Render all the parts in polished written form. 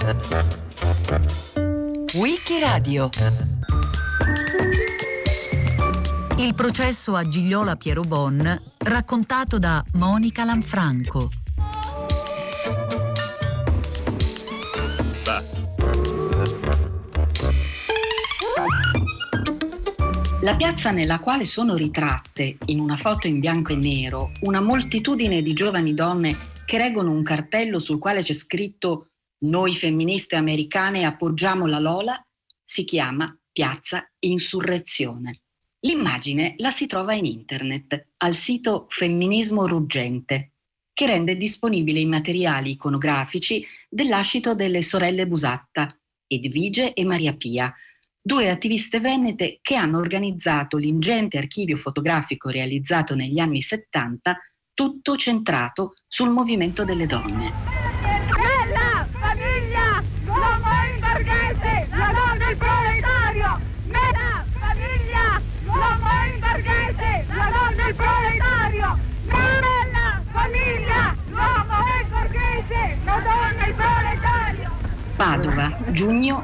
Wikiradio. Il processo a Gigliola Piero Bon, raccontato da Monica Lanfranco. La piazza nella quale sono ritratte, in una foto in bianco e nero, una moltitudine di giovani donne che reggono un cartello sul quale c'è scritto «Noi femministe americane appoggiamo la Lola», si chiama Piazza Insurrezione. L'immagine la si trova in internet, al sito Femminismo Ruggente, che rende disponibili i materiali iconografici dell'ascito delle sorelle Busatta, Edvige e Maria Pia, due attiviste venete che hanno organizzato l'ingente archivio fotografico realizzato negli anni 70, tutto centrato sul movimento delle donne. Nella famiglia, l'uomo è il borghese, la donna è il proletario. Nella famiglia, l'uomo è il borghese, la donna è il proletario. Nella famiglia, l'uomo è il borghese, la donna è il proletario. Padova, giugno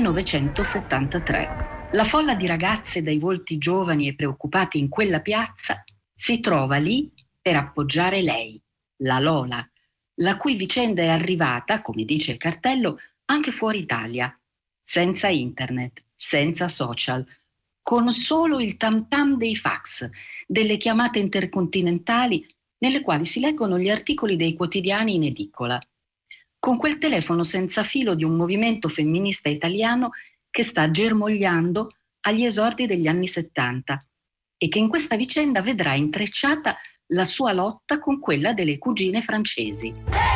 1973. La folla di ragazze dai volti giovani e preoccupati in quella piazza si trova lì per appoggiare lei, la Lola, la cui vicenda è arrivata, come dice il cartello, anche fuori Italia, senza internet, senza social, con solo il tam tam dei fax, delle chiamate intercontinentali nelle quali si leggono gli articoli dei quotidiani in edicola, con quel telefono senza filo di un movimento femminista italiano che sta germogliando agli esordi degli anni 70 e che in questa vicenda vedrà intrecciata la sua lotta con quella delle cugine francesi.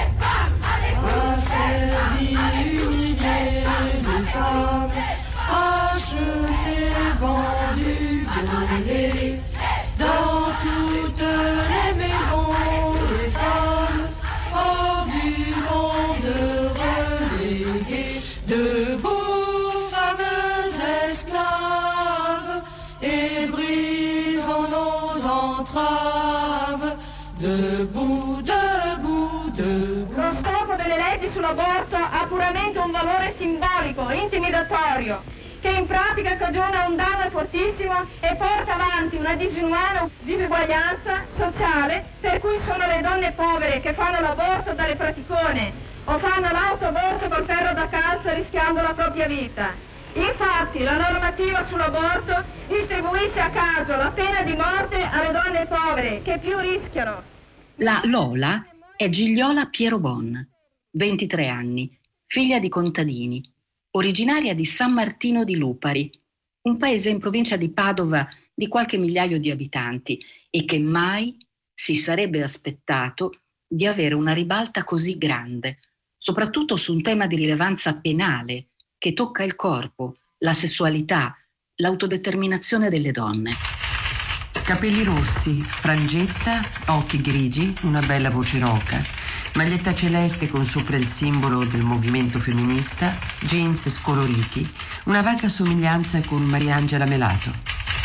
Sull'aborto ha puramente un valore simbolico, intimidatorio, che in pratica cagiona un danno fortissimo e porta avanti una disumana disuguaglianza sociale per cui sono le donne povere che fanno l'aborto dalle praticone o fanno l'autoaborto col ferro da calza rischiando la propria vita. Infatti la normativa sull'aborto distribuisce a caso la pena di morte alle donne povere che più rischiano. La Lola è Gigliola Piero Bon, 23 anni, figlia di contadini, originaria di San Martino di Lupari, un paese in provincia di Padova di qualche migliaio di abitanti e che mai si sarebbe aspettato di avere una ribalta così grande, soprattutto su un tema di rilevanza penale che tocca il corpo, la sessualità, l'autodeterminazione delle donne. Capelli rossi, frangetta, occhi grigi, una bella voce roca, maglietta celeste con sopra il simbolo del movimento femminista, jeans scoloriti, una vaga somiglianza con Mariangela Melato.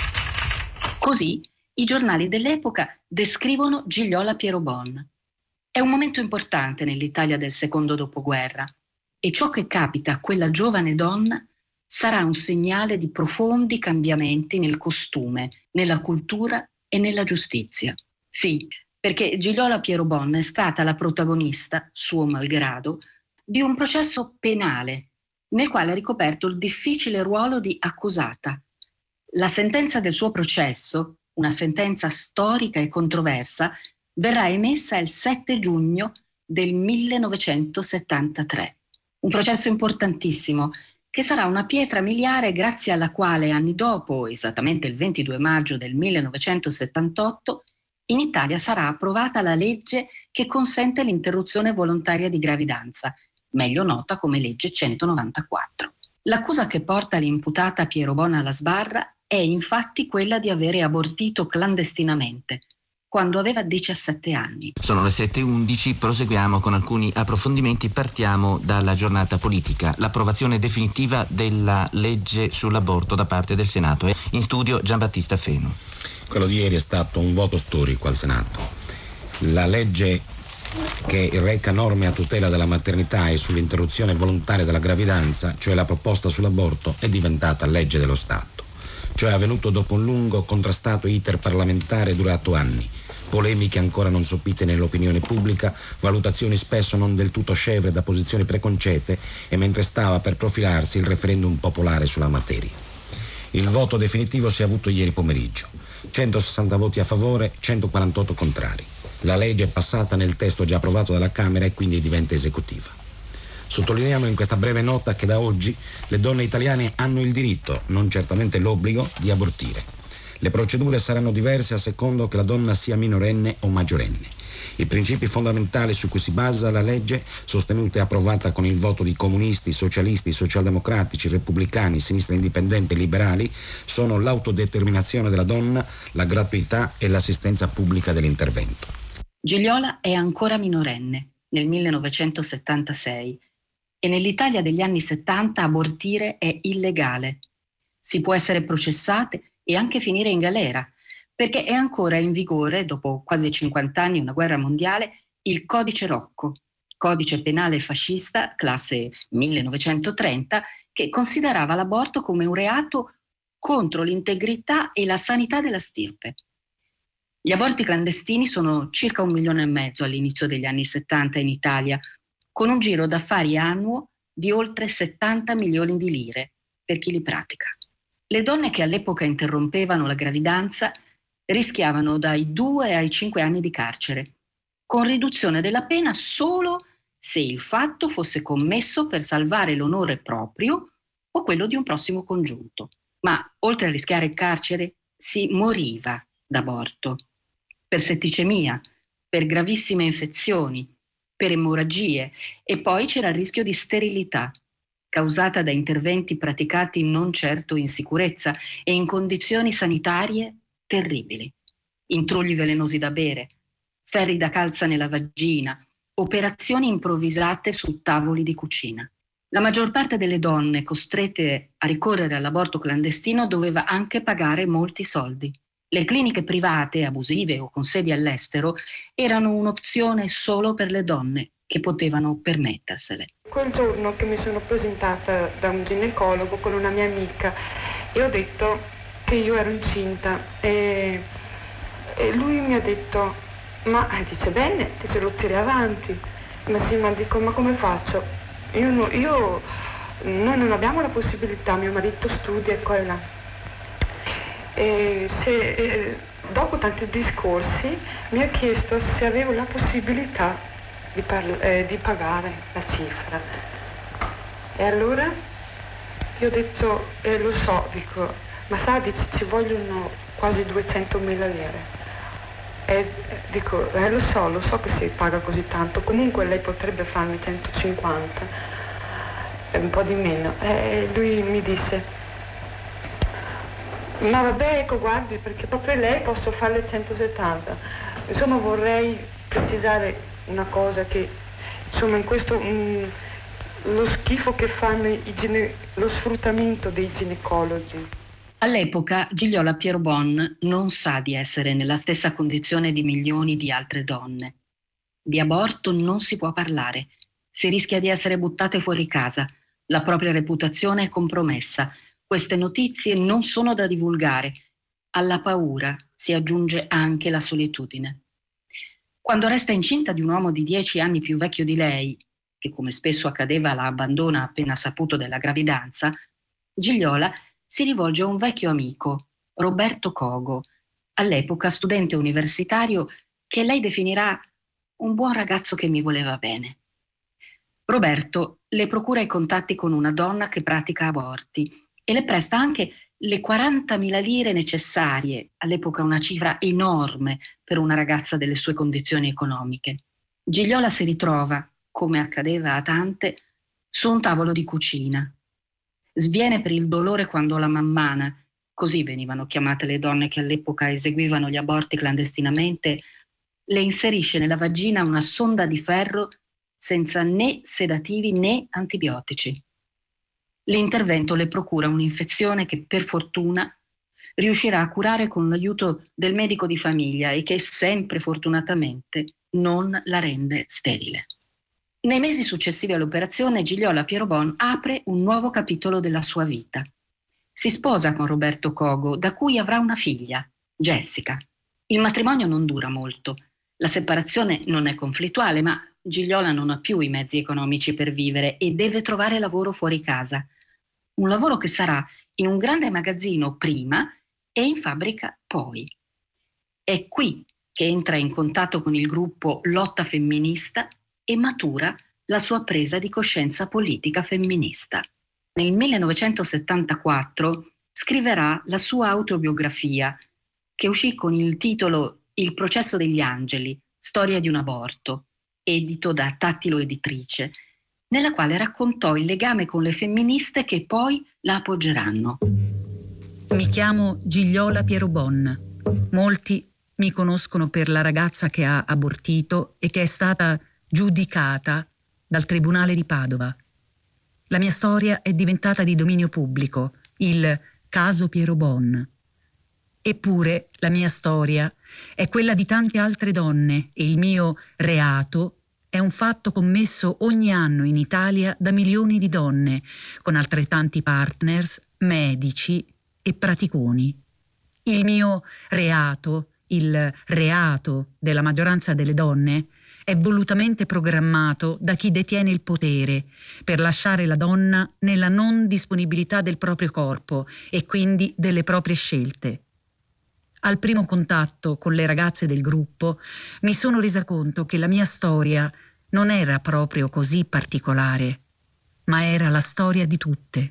Così i giornali dell'epoca descrivono Gigliola Piero Bon. È un momento importante nell'Italia del secondo dopoguerra e ciò che capita a quella giovane donna sarà un segnale di profondi cambiamenti nel costume, nella cultura e nella giustizia. Sì, perché Gigliola Piero Bon è stata la protagonista, suo malgrado, di un processo penale nel quale ha ricoperto il difficile ruolo di accusata. La sentenza del suo processo, una sentenza storica e controversa, verrà emessa il 7 giugno del 1973. Un processo importantissimo che sarà una pietra miliare grazie alla quale anni dopo, esattamente il 22 maggio del 1978, in Italia sarà approvata la legge che consente l'interruzione volontaria di gravidanza, meglio nota come legge 194. L'accusa che porta l'imputata Piero Bon alla sbarra è infatti quella di avere abortito clandestinamente, quando aveva 17 anni. Sono le 7:11, proseguiamo con alcuni approfondimenti. Partiamo dalla giornata politica, l'approvazione definitiva della legge sull'aborto da parte del Senato. In studio Giambattista Fenu. Quello di ieri è stato un voto storico al Senato. La legge che reca norme a tutela della maternità e sull'interruzione volontaria della gravidanza, cioè la proposta sull'aborto, è diventata legge dello Stato. Ciò è avvenuto dopo un lungo, contrastato iter parlamentare durato anni, polemiche ancora non sopite nell'opinione pubblica, valutazioni spesso non del tutto scevre da posizioni preconcette e mentre stava per profilarsi il referendum popolare sulla materia. Il voto definitivo si è avuto ieri pomeriggio. 160 voti a favore, 148 contrari. La legge è passata nel testo già approvato dalla Camera e quindi diventa esecutiva. Sottolineiamo in questa breve nota che da oggi le donne italiane hanno il diritto, non certamente l'obbligo, di abortire. Le procedure saranno diverse a secondo che la donna sia minorenne o maggiorenne. I principi fondamentali su cui si basa la legge, sostenuta e approvata con il voto di comunisti, socialisti, socialdemocratici, repubblicani, sinistra indipendente e liberali, sono l'autodeterminazione della donna, la gratuità e l'assistenza pubblica dell'intervento. Gigliola è ancora minorenne, nel 1976, e nell'Italia degli anni 70 abortire è illegale. Si può essere processate e anche finire in galera, perché è ancora in vigore, dopo quasi 50 anni, una guerra mondiale, il Codice Rocco, codice penale fascista, classe 1930, che considerava l'aborto come un reato contro l'integrità e la sanità della stirpe. Gli aborti clandestini sono circa 1,5 milioni all'inizio degli anni 70 in Italia, con un giro d'affari annuo di oltre 70 milioni di lire per chi li pratica. Le donne che all'epoca interrompevano la gravidanza rischiavano dai 2 ai 5 anni di carcere, con riduzione della pena solo se il fatto fosse commesso per salvare l'onore proprio o quello di un prossimo congiunto. Ma oltre a rischiare il carcere, si moriva d'aborto, per setticemia, per gravissime infezioni, per emorragie, e poi c'era il rischio di sterilità, causata da interventi praticati non certo in sicurezza e in condizioni sanitarie terribili. Intrugli velenosi da bere, ferri da calza nella vagina, operazioni improvvisate su tavoli di cucina. La maggior parte delle donne costrette a ricorrere all'aborto clandestino doveva anche pagare molti soldi. Le cliniche private, abusive o con sedi all'estero, erano un'opzione solo per le donne che potevano permettersele. Quel giorno che mi sono presentata da un ginecologo con una mia amica e ho detto che io ero incinta e lui mi ha detto: ma dice bene, te lo tiri avanti. Ma sì, ma dico, ma come faccio? Noi non abbiamo la possibilità, mio marito studia e qua e là. Dopo tanti discorsi mi ha chiesto se avevo la possibilità di pagare la cifra. E allora io ho detto, lo so, dico, ma sa, dice, ci vogliono quasi 200.000 lire. E dico, lo so che si paga così tanto, comunque lei potrebbe farmi 150, un po' di meno. E lui mi disse: ma vabbè, ecco, guardi, perché proprio lei posso farle 170. Insomma, vorrei precisare una cosa, che insomma in questo lo schifo che fanno lo sfruttamento dei ginecologi. All'epoca Gigliola Pierobon non sa di essere nella stessa condizione di milioni di altre donne. Di aborto non si può parlare, si rischia di essere buttate fuori casa, la propria reputazione è compromessa. Queste notizie non sono da divulgare. Alla paura si aggiunge anche la solitudine. Quando resta incinta di un uomo di 10 anni più vecchio di lei, che come spesso accadeva la abbandona appena saputo della gravidanza, Gigliola si rivolge a un vecchio amico, Roberto Cogo, all'epoca studente universitario che lei definirà un buon ragazzo che mi voleva bene. Roberto le procura i contatti con una donna che pratica aborti e le presta anche le 40.000 lire necessarie, all'epoca una cifra enorme per una ragazza delle sue condizioni economiche. Gigliola si ritrova, come accadeva a tante, su un tavolo di cucina. Sviene per il dolore quando la mammana, così venivano chiamate le donne che all'epoca eseguivano gli aborti clandestinamente, le inserisce nella vagina una sonda di ferro senza né sedativi né antibiotici. L'intervento le procura un'infezione che per fortuna riuscirà a curare con l'aiuto del medico di famiglia e che sempre fortunatamente non la rende sterile. Nei mesi successivi all'operazione, Gigliola Pierobon apre un nuovo capitolo della sua vita. Si sposa con Roberto Cogo, da cui avrà una figlia, Jessica. Il matrimonio non dura molto. La separazione non è conflittuale, ma Gigliola non ha più i mezzi economici per vivere e deve trovare lavoro fuori casa. Un lavoro che sarà in un grande magazzino prima e in fabbrica poi. È qui che entra in contatto con il gruppo Lotta Femminista e matura la sua presa di coscienza politica femminista. Nel 1974 scriverà la sua autobiografia, che uscì con il titolo Il processo degli angeli, storia di un aborto, edito da Tattilo Editrice, nella quale raccontò il legame con le femministe che poi la appoggeranno. Mi chiamo Gigliola Pierobon. Molti mi conoscono per la ragazza che ha abortito e che è stata giudicata dal Tribunale di Padova. La mia storia è diventata di dominio pubblico, il caso Pierobon. Eppure la mia storia è quella di tante altre donne e il mio reato è un fatto commesso ogni anno in Italia da milioni di donne, con altrettanti partners, medici e praticoni. Il mio reato, il reato della maggioranza delle donne, è volutamente programmato da chi detiene il potere per lasciare la donna nella non disponibilità del proprio corpo e quindi delle proprie scelte. Al primo contatto con le ragazze del gruppo mi sono resa conto che la mia storia non era proprio così particolare, ma era la storia di tutte.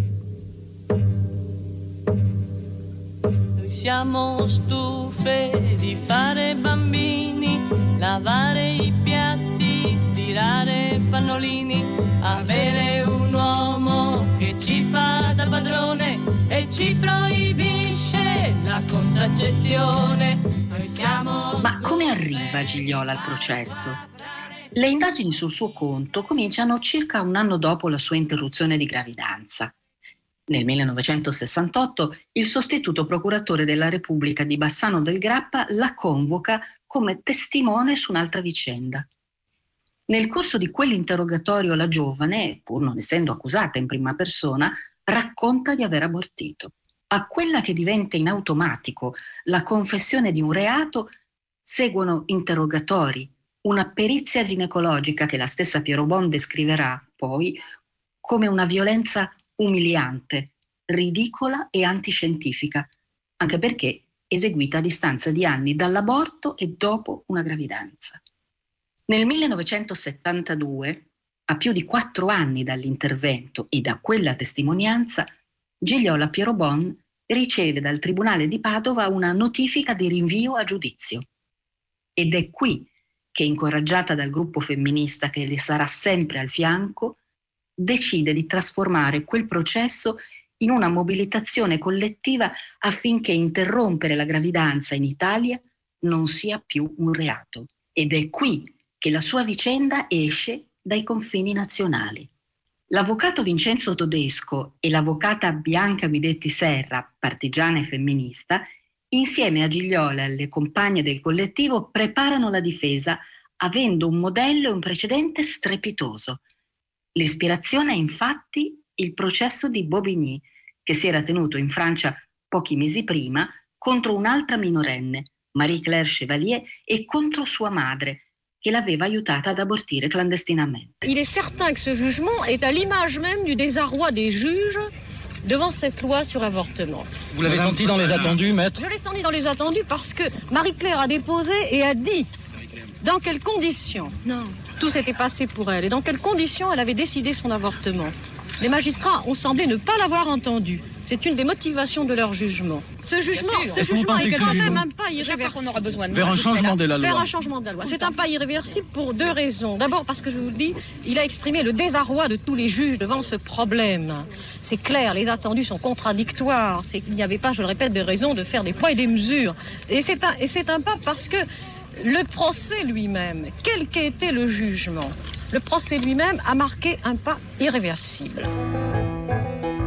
Noi siamo stufe di fare bambini, lavare i piatti, stirare pannolini, avere un uomo che ci fa da padrone e ci proibisce la contraccezione. Noi siamo. Ma come arriva Gigliola al processo? Le indagini sul suo conto cominciano circa un anno dopo la sua interruzione di gravidanza. Nel 1968 il sostituto procuratore della Repubblica di Bassano del Grappa la convoca come testimone su un'altra vicenda. Nel corso di quell'interrogatorio la giovane, pur non essendo accusata in prima persona, racconta di aver abortito. A quella che diventa in automatico la confessione di un reato seguono interrogatori, una perizia ginecologica che la stessa Pierobon descriverà poi come una violenza umiliante, ridicola e antiscientifica, anche perché eseguita a distanza di anni dall'aborto e dopo una gravidanza. Nel 1972, a più di 4 anni dall'intervento e da quella testimonianza, Gigliola Pierobon riceve dal Tribunale di Padova una notifica di rinvio a giudizio. Ed è qui che, incoraggiata dal gruppo femminista che le sarà sempre al fianco, decide di trasformare quel processo in una mobilitazione collettiva affinché interrompere la gravidanza in Italia non sia più un reato. Ed è qui che la sua vicenda esce dai confini nazionali. L'avvocato Vincenzo Todesco e l'avvocata Bianca Guidetti Serra, partigiana e femminista, insieme a Gigliola e alle compagne del collettivo preparano la difesa, avendo un modello e un precedente strepitoso. L'ispirazione è infatti il processo di Bobigny, che si era tenuto in Francia pochi mesi prima contro un'altra minorenne, Marie-Claire Chevalier, e contro sua madre, che l'aveva aiutata ad abortire clandestinamente. Il est certain que ce jugement est à l'image même du désarroi des juges devant cette loi sur l'avortement. Vous l'avez senti dans les attendus, maître? Je l'ai senti dans les attendus parce que Marie-Claire a déposé et a dit dans quelles conditions tout s'était passé pour elle et dans quelles conditions elle avait décidé son avortement. Les magistrats ont semblé ne pas l'avoir entendu. C'est une des motivations de leur jugement. Ce jugement est quand même un pas irréversible. Vers un changement de la loi. Vers un changement de la loi. C'est un pas irréversible pour 2 raisons. D'abord parce que, je vous le dis, il a exprimé le désarroi de tous les juges devant ce problème. C'est clair, les attendus sont contradictoires. Il n'y avait pas, je le répète, de raison de faire des poids et des mesures. Et c'est un pas parce que le procès lui-même, quel qu'ait été le jugement, le procès lui-même a marqué un pas irréversible.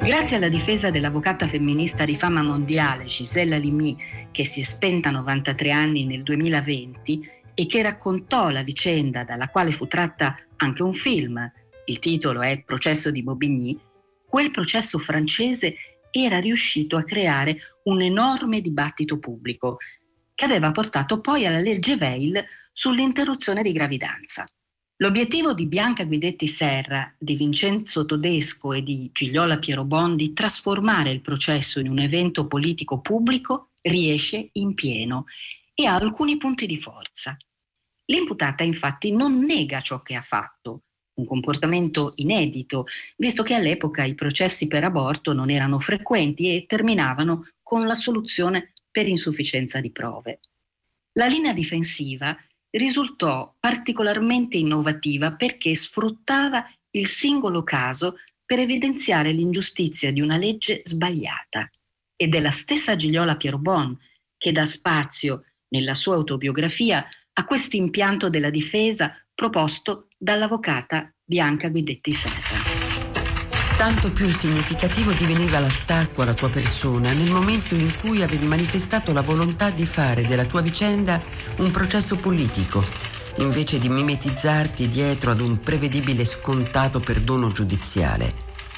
Grazie alla difesa dell'avvocata femminista di fama mondiale Gisèle Halimi, che si è spenta a 93 anni nel 2020 e che raccontò la vicenda dalla quale fu tratta anche un film, il titolo è Il processo di Bobigny, quel processo francese era riuscito a creare un enorme dibattito pubblico che aveva portato poi alla legge Veil sull'interruzione di gravidanza. L'obiettivo di Bianca Guidetti Serra, di Vincenzo Todesco e di Gigliola Pierobon di trasformare il processo in un evento politico pubblico riesce in pieno e ha alcuni punti di forza. L'imputata infatti non nega ciò che ha fatto, un comportamento inedito, visto che all'epoca i processi per aborto non erano frequenti e terminavano con l'assoluzione per insufficienza di prove. La linea difensiva risultò particolarmente innovativa perché sfruttava il singolo caso per evidenziare l'ingiustizia di una legge sbagliata. Ed è la stessa Gigliola Pierobon che dà spazio, nella sua autobiografia, a questo impianto della difesa proposto dall'avvocata Bianca Guidetti Serra. Tanto più significativo diveniva l'attacco alla tua persona nel momento in cui avevi manifestato la volontà di fare della tua vicenda un processo politico, invece di mimetizzarti dietro ad un prevedibile scontato perdono giudiziale.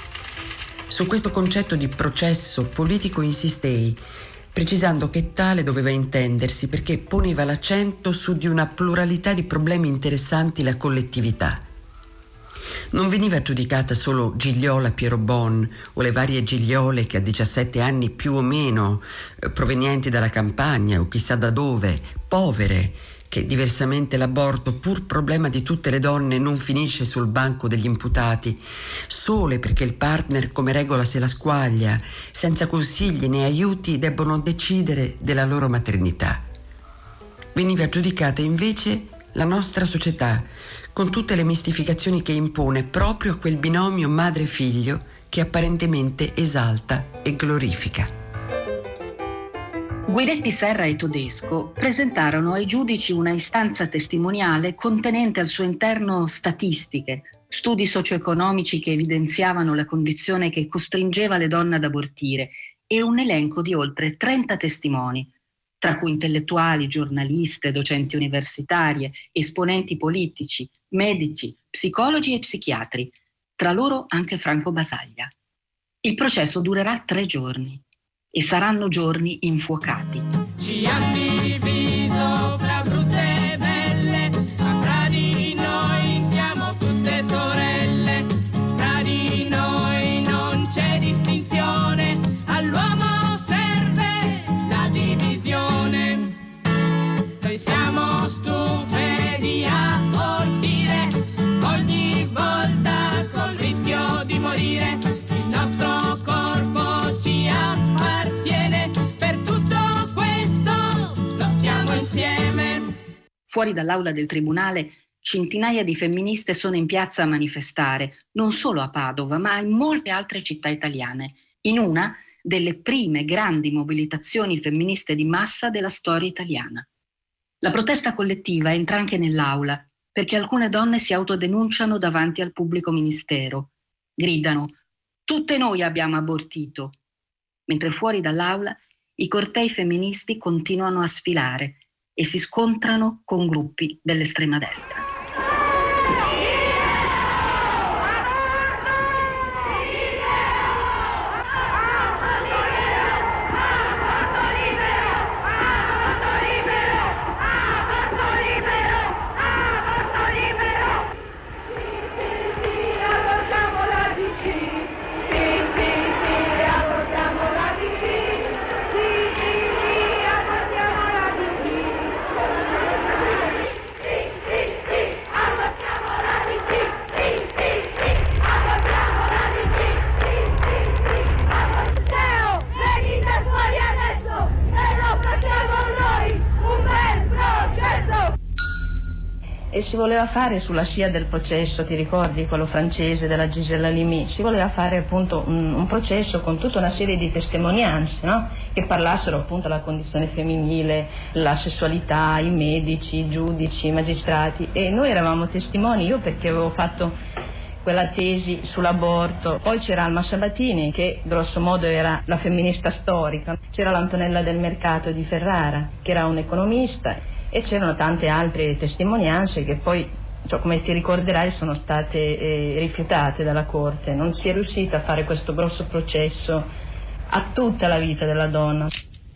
Su questo concetto di processo politico insistei, precisando che tale doveva intendersi perché poneva l'accento su di una pluralità di problemi interessanti la collettività. Non veniva giudicata solo Gigliola Pierobon o le varie Gigliole che a 17 anni più o meno, provenienti dalla campagna o chissà da dove, povere, che diversamente l'aborto, pur problema di tutte le donne, non finisce sul banco degli imputati, sole perché il partner come regola se la squaglia, senza consigli né aiuti debbono decidere della loro maternità. Veniva giudicata invece la nostra società, con tutte le mistificazioni che impone proprio a quel binomio madre-figlio che apparentemente esalta e glorifica. Guidetti Serra e Todesco presentarono ai giudici una istanza testimoniale contenente al suo interno statistiche, studi socio-economici che evidenziavano la condizione che costringeva le donne ad abortire e un elenco di oltre 30 testimoni, tra cui intellettuali, giornaliste, docenti universitarie, esponenti politici, medici, psicologi e psichiatri, tra loro anche Franco Basaglia. Il processo durerà 3 giorni e saranno giorni infuocati. Ci hanno diviso fra brutte e belle, ma fra di noi siamo tutte sorelle, fra di noi non c'è distinzione, all'uomo serve la divisione. Noi siamo stufe di abortire, ogni volta col rischio di morire, il nostro corpo ci appartiene, per tutto questo lottiamo insieme. Fuori dall'aula del tribunale, centinaia di femministe sono in piazza a manifestare, non solo a Padova, ma in molte altre città italiane, in una delle prime grandi mobilitazioni femministe di massa della storia italiana. La protesta collettiva entra anche nell'aula, perché alcune donne si autodenunciano davanti al pubblico ministero. Gridano: tutte noi abbiamo abortito. Mentre fuori dall'aula i cortei femministi continuano a sfilare e si scontrano con gruppi dell'estrema destra. E si voleva fare sulla scia del processo, ti ricordi quello francese della Gisèle Halimi, si voleva fare appunto un processo con tutta una serie di testimonianze, no? Che parlassero appunto della condizione femminile, la sessualità, i medici, i giudici, i magistrati, e noi eravamo testimoni, io perché avevo fatto quella tesi sull'aborto. Poi c'era Alma Sabatini, che grosso modo era la femminista storica, c'era l'Antonella del Mercato di Ferrara, che era un economista, e c'erano tante altre testimonianze che poi, come ti ricorderai, sono state rifiutate dalla Corte. Non si è riuscita a fare questo grosso processo a tutta la vita della donna.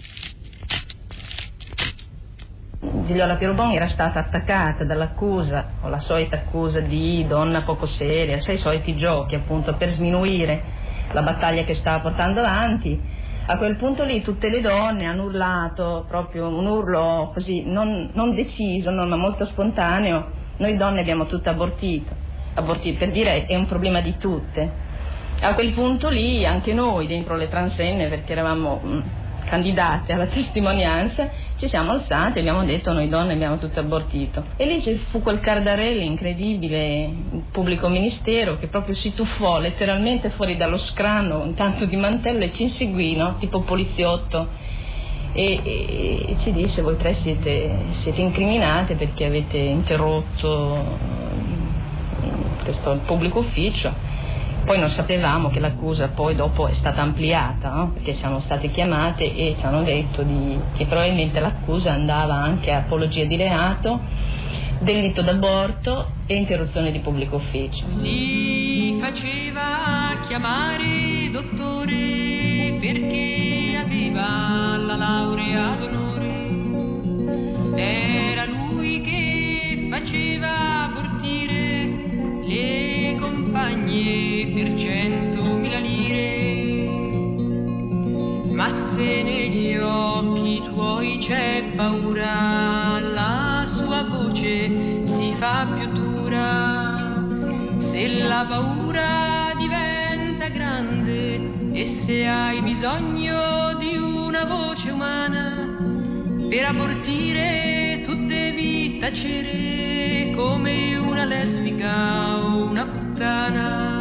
Gigliola Pierobon era stata attaccata dall'accusa, o la solita accusa di donna poco seria, i soliti giochi appunto per sminuire la battaglia che stava portando avanti. A quel punto lì tutte le donne hanno urlato, proprio un urlo così non deciso, ma molto spontaneo: noi donne abbiamo tutto abortito, per dire è un problema di tutte. A quel punto lì anche noi dentro le transenne, perché eravamo candidate alla testimonianza, ci siamo alzate e abbiamo detto: noi donne abbiamo tutto abortito. E lì ci fu quel Cardarelli incredibile, il pubblico ministero, che proprio si tuffò letteralmente fuori dallo scranno un tanto di mantello e ci inseguì, no? Tipo poliziotto, e ci disse: voi tre siete incriminate perché avete interrotto questo pubblico ufficio. Poi non sapevamo che l'accusa poi dopo è stata ampliata, no? Perché siamo state chiamate e ci hanno detto che probabilmente l'accusa andava anche a apologia di reato, delitto d'aborto e interruzione di pubblico ufficio. Si faceva chiamare dottore perché aveva la laurea d'onore. Era lui che faceva abortire le compagne per 100.000 lire. Ma se negli occhi tuoi c'è paura, la sua voce si fa più dura. Se la paura diventa grande e se hai bisogno di una voce umana per abortire, tu devi tacere come una lesbica o una puttana.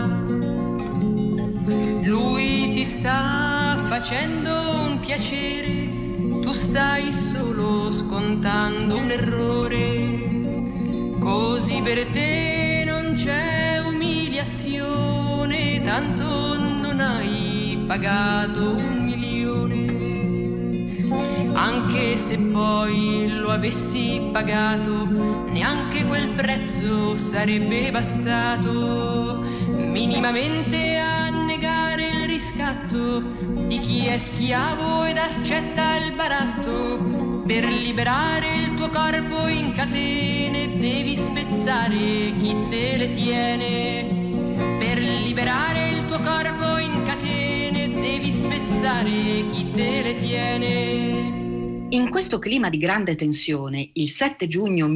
Lui ti sta facendo un piacere, tu stai solo scontando un errore. Così per te non c'è umiliazione, tanto non hai pagato 1 milione. Anche se poi lo avessi pagato, neanche quel prezzo sarebbe bastato minimamente a negare il riscatto di chi è schiavo ed accetta il baratto. Per liberare il tuo corpo in catene devi spezzare chi te le tiene. Per liberare il tuo corpo in catene devi spezzare chi te le tiene. In questo clima di grande tensione, il 7 giugno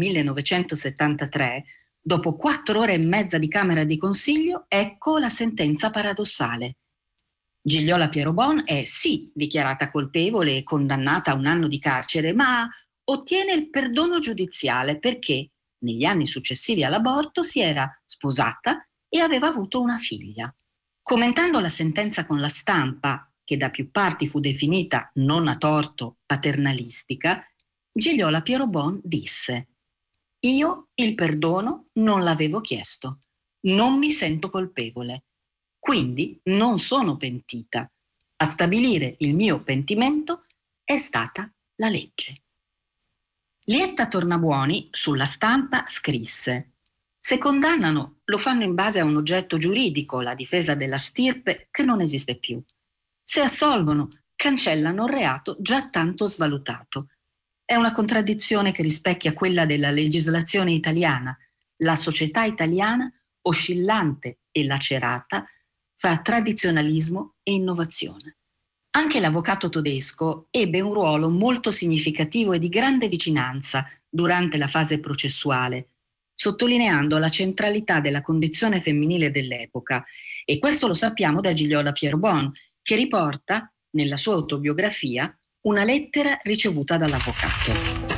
1973, dopo 4 ore e mezza di Camera di Consiglio, ecco la sentenza paradossale. Gigliola Pierobon è sì dichiarata colpevole e condannata a 1 anno di carcere, ma ottiene il perdono giudiziale perché negli anni successivi all'aborto si era sposata e aveva avuto una figlia. Commentando la sentenza con la stampa, che da più parti fu definita, non a torto, paternalistica, Gigliola Pierobon disse: io il perdono non l'avevo chiesto, non mi sento colpevole, quindi non sono pentita. A stabilire il mio pentimento è stata la legge. Lietta Tornabuoni sulla stampa scrisse: se condannano lo fanno in base a un oggetto giuridico, la difesa della stirpe che non esiste più. Se assolvono, cancellano il reato già tanto svalutato. È una contraddizione che rispecchia quella della legislazione italiana, la società italiana oscillante e lacerata fra tradizionalismo e innovazione. Anche l'avvocato tedesco ebbe un ruolo molto significativo e di grande vicinanza durante la fase processuale, sottolineando la centralità della condizione femminile dell'epoca, e questo lo sappiamo da Gigliola Pierobon, che riporta nella sua autobiografia una lettera ricevuta dall'avvocato.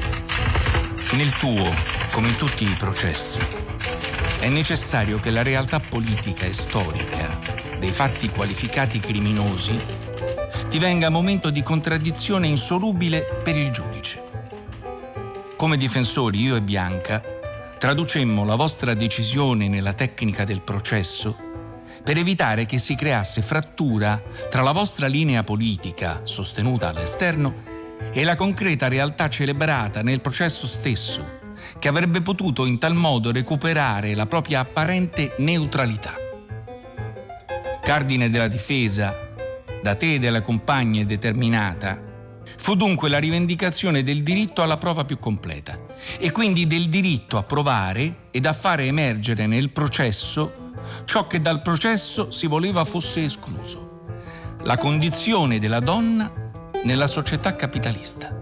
Nel tuo, come in tutti i processi, è necessario che la realtà politica e storica dei fatti qualificati criminosi divenga momento di contraddizione insolubile per il giudice. Come difensori, io e Bianca traducemmo la vostra decisione nella tecnica del processo per evitare che si creasse frattura tra la vostra linea politica, sostenuta all'esterno, e la concreta realtà celebrata nel processo stesso, che avrebbe potuto in tal modo recuperare la propria apparente neutralità. Cardine della difesa, da te e della compagna determinata, fu dunque la rivendicazione del diritto alla prova più completa e quindi del diritto a provare ed a fare emergere nel processo ciò che dal processo si voleva fosse escluso: la condizione della donna nella società capitalista.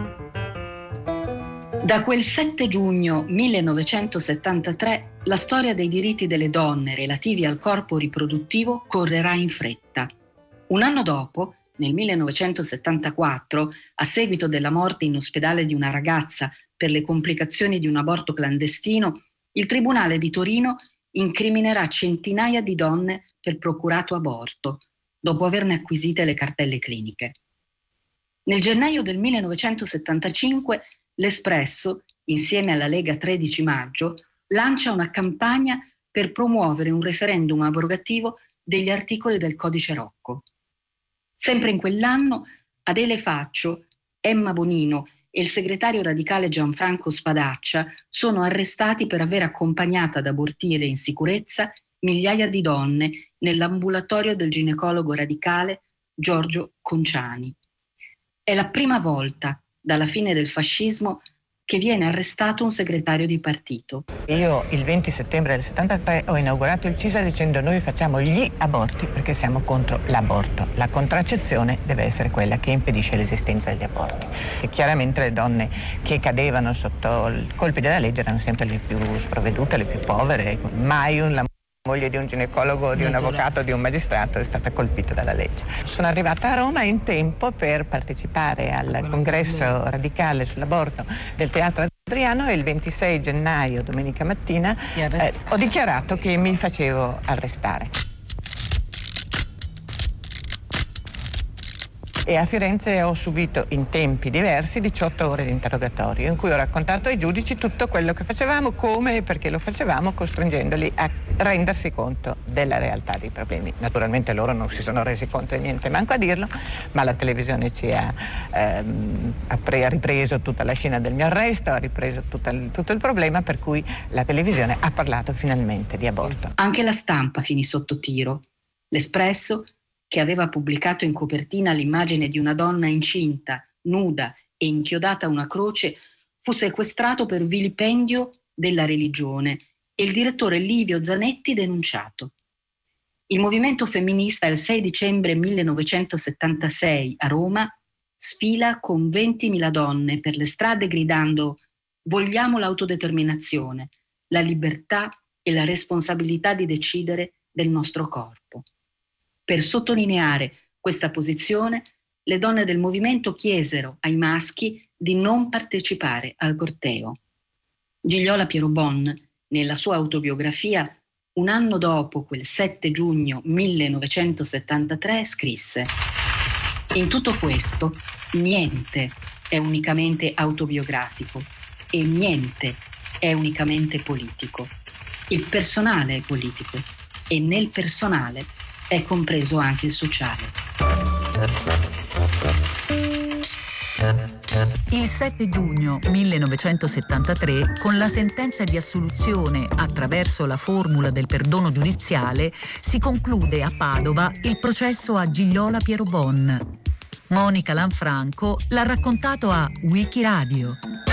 Da quel 7 giugno 1973 la storia dei diritti delle donne relativi al corpo riproduttivo correrà in fretta. Un anno dopo, nel 1974, a seguito della morte in ospedale di una ragazza per le complicazioni di un aborto clandestino, il Tribunale di Torino incriminerà centinaia di donne per procurato aborto, dopo averne acquisite le cartelle cliniche. Nel gennaio del 1975 l'Espresso, insieme alla Lega 13 Maggio, lancia una campagna per promuovere un referendum abrogativo degli articoli del Codice Rocco. Sempre in quell'anno, Adele Faccio, Emma Bonino e il segretario radicale Gianfranco Spadaccia sono arrestati per aver accompagnato ad abortire in sicurezza migliaia di donne nell'ambulatorio del ginecologo radicale Giorgio Conciani. È la prima volta dalla fine del fascismo che viene arrestato un segretario di partito. Io il 20 settembre del 73 ho inaugurato il CISA dicendo: noi facciamo gli aborti perché siamo contro l'aborto. La contraccezione deve essere quella che impedisce l'esistenza degli aborti. E chiaramente le donne che cadevano sotto i colpi della legge erano sempre le più sprovvedute, le più povere. Mai la moglie di un ginecologo, di un avvocato, di un magistrato è stata colpita dalla legge. Sono arrivata a Roma in tempo per partecipare al congresso radicale sull'aborto del Teatro Adriano e il 26 gennaio, domenica mattina, ho dichiarato che mi facevo arrestare. E a Firenze ho subito in tempi diversi 18 ore di interrogatorio in cui ho raccontato ai giudici tutto quello che facevamo, come e perché lo facevamo, costringendoli a rendersi conto della realtà dei problemi. Naturalmente loro non si sono resi conto di niente, manco a dirlo, ma la televisione ci ha ripreso tutta la scena del mio arresto, ha ripreso tutto il problema, per cui la televisione ha parlato finalmente di aborto. Anche la stampa finì sotto tiro. L'Espresso, che aveva pubblicato in copertina l'immagine di una donna incinta, nuda e inchiodata a una croce, fu sequestrato per vilipendio della religione e il direttore Livio Zanetti denunciato. Il movimento femminista il 6 dicembre 1976 a Roma sfila con 20.000 donne per le strade gridando: vogliamo l'autodeterminazione, la libertà e la responsabilità di decidere del nostro corpo. Per sottolineare questa posizione, le donne del movimento chiesero ai maschi di non partecipare al corteo. Gigliola Pierobon, nella sua autobiografia, un anno dopo quel 7 giugno 1973, scrisse: in tutto questo, niente è unicamente autobiografico e niente è unicamente politico. Il personale è politico e nel personale è compreso anche il sociale. Il 7 giugno 1973, con la sentenza di assoluzione attraverso la formula del perdono giudiziale, si conclude a Padova il processo a Gigliola Pierobon. Monica Lanfranco l'ha raccontato a Wikiradio.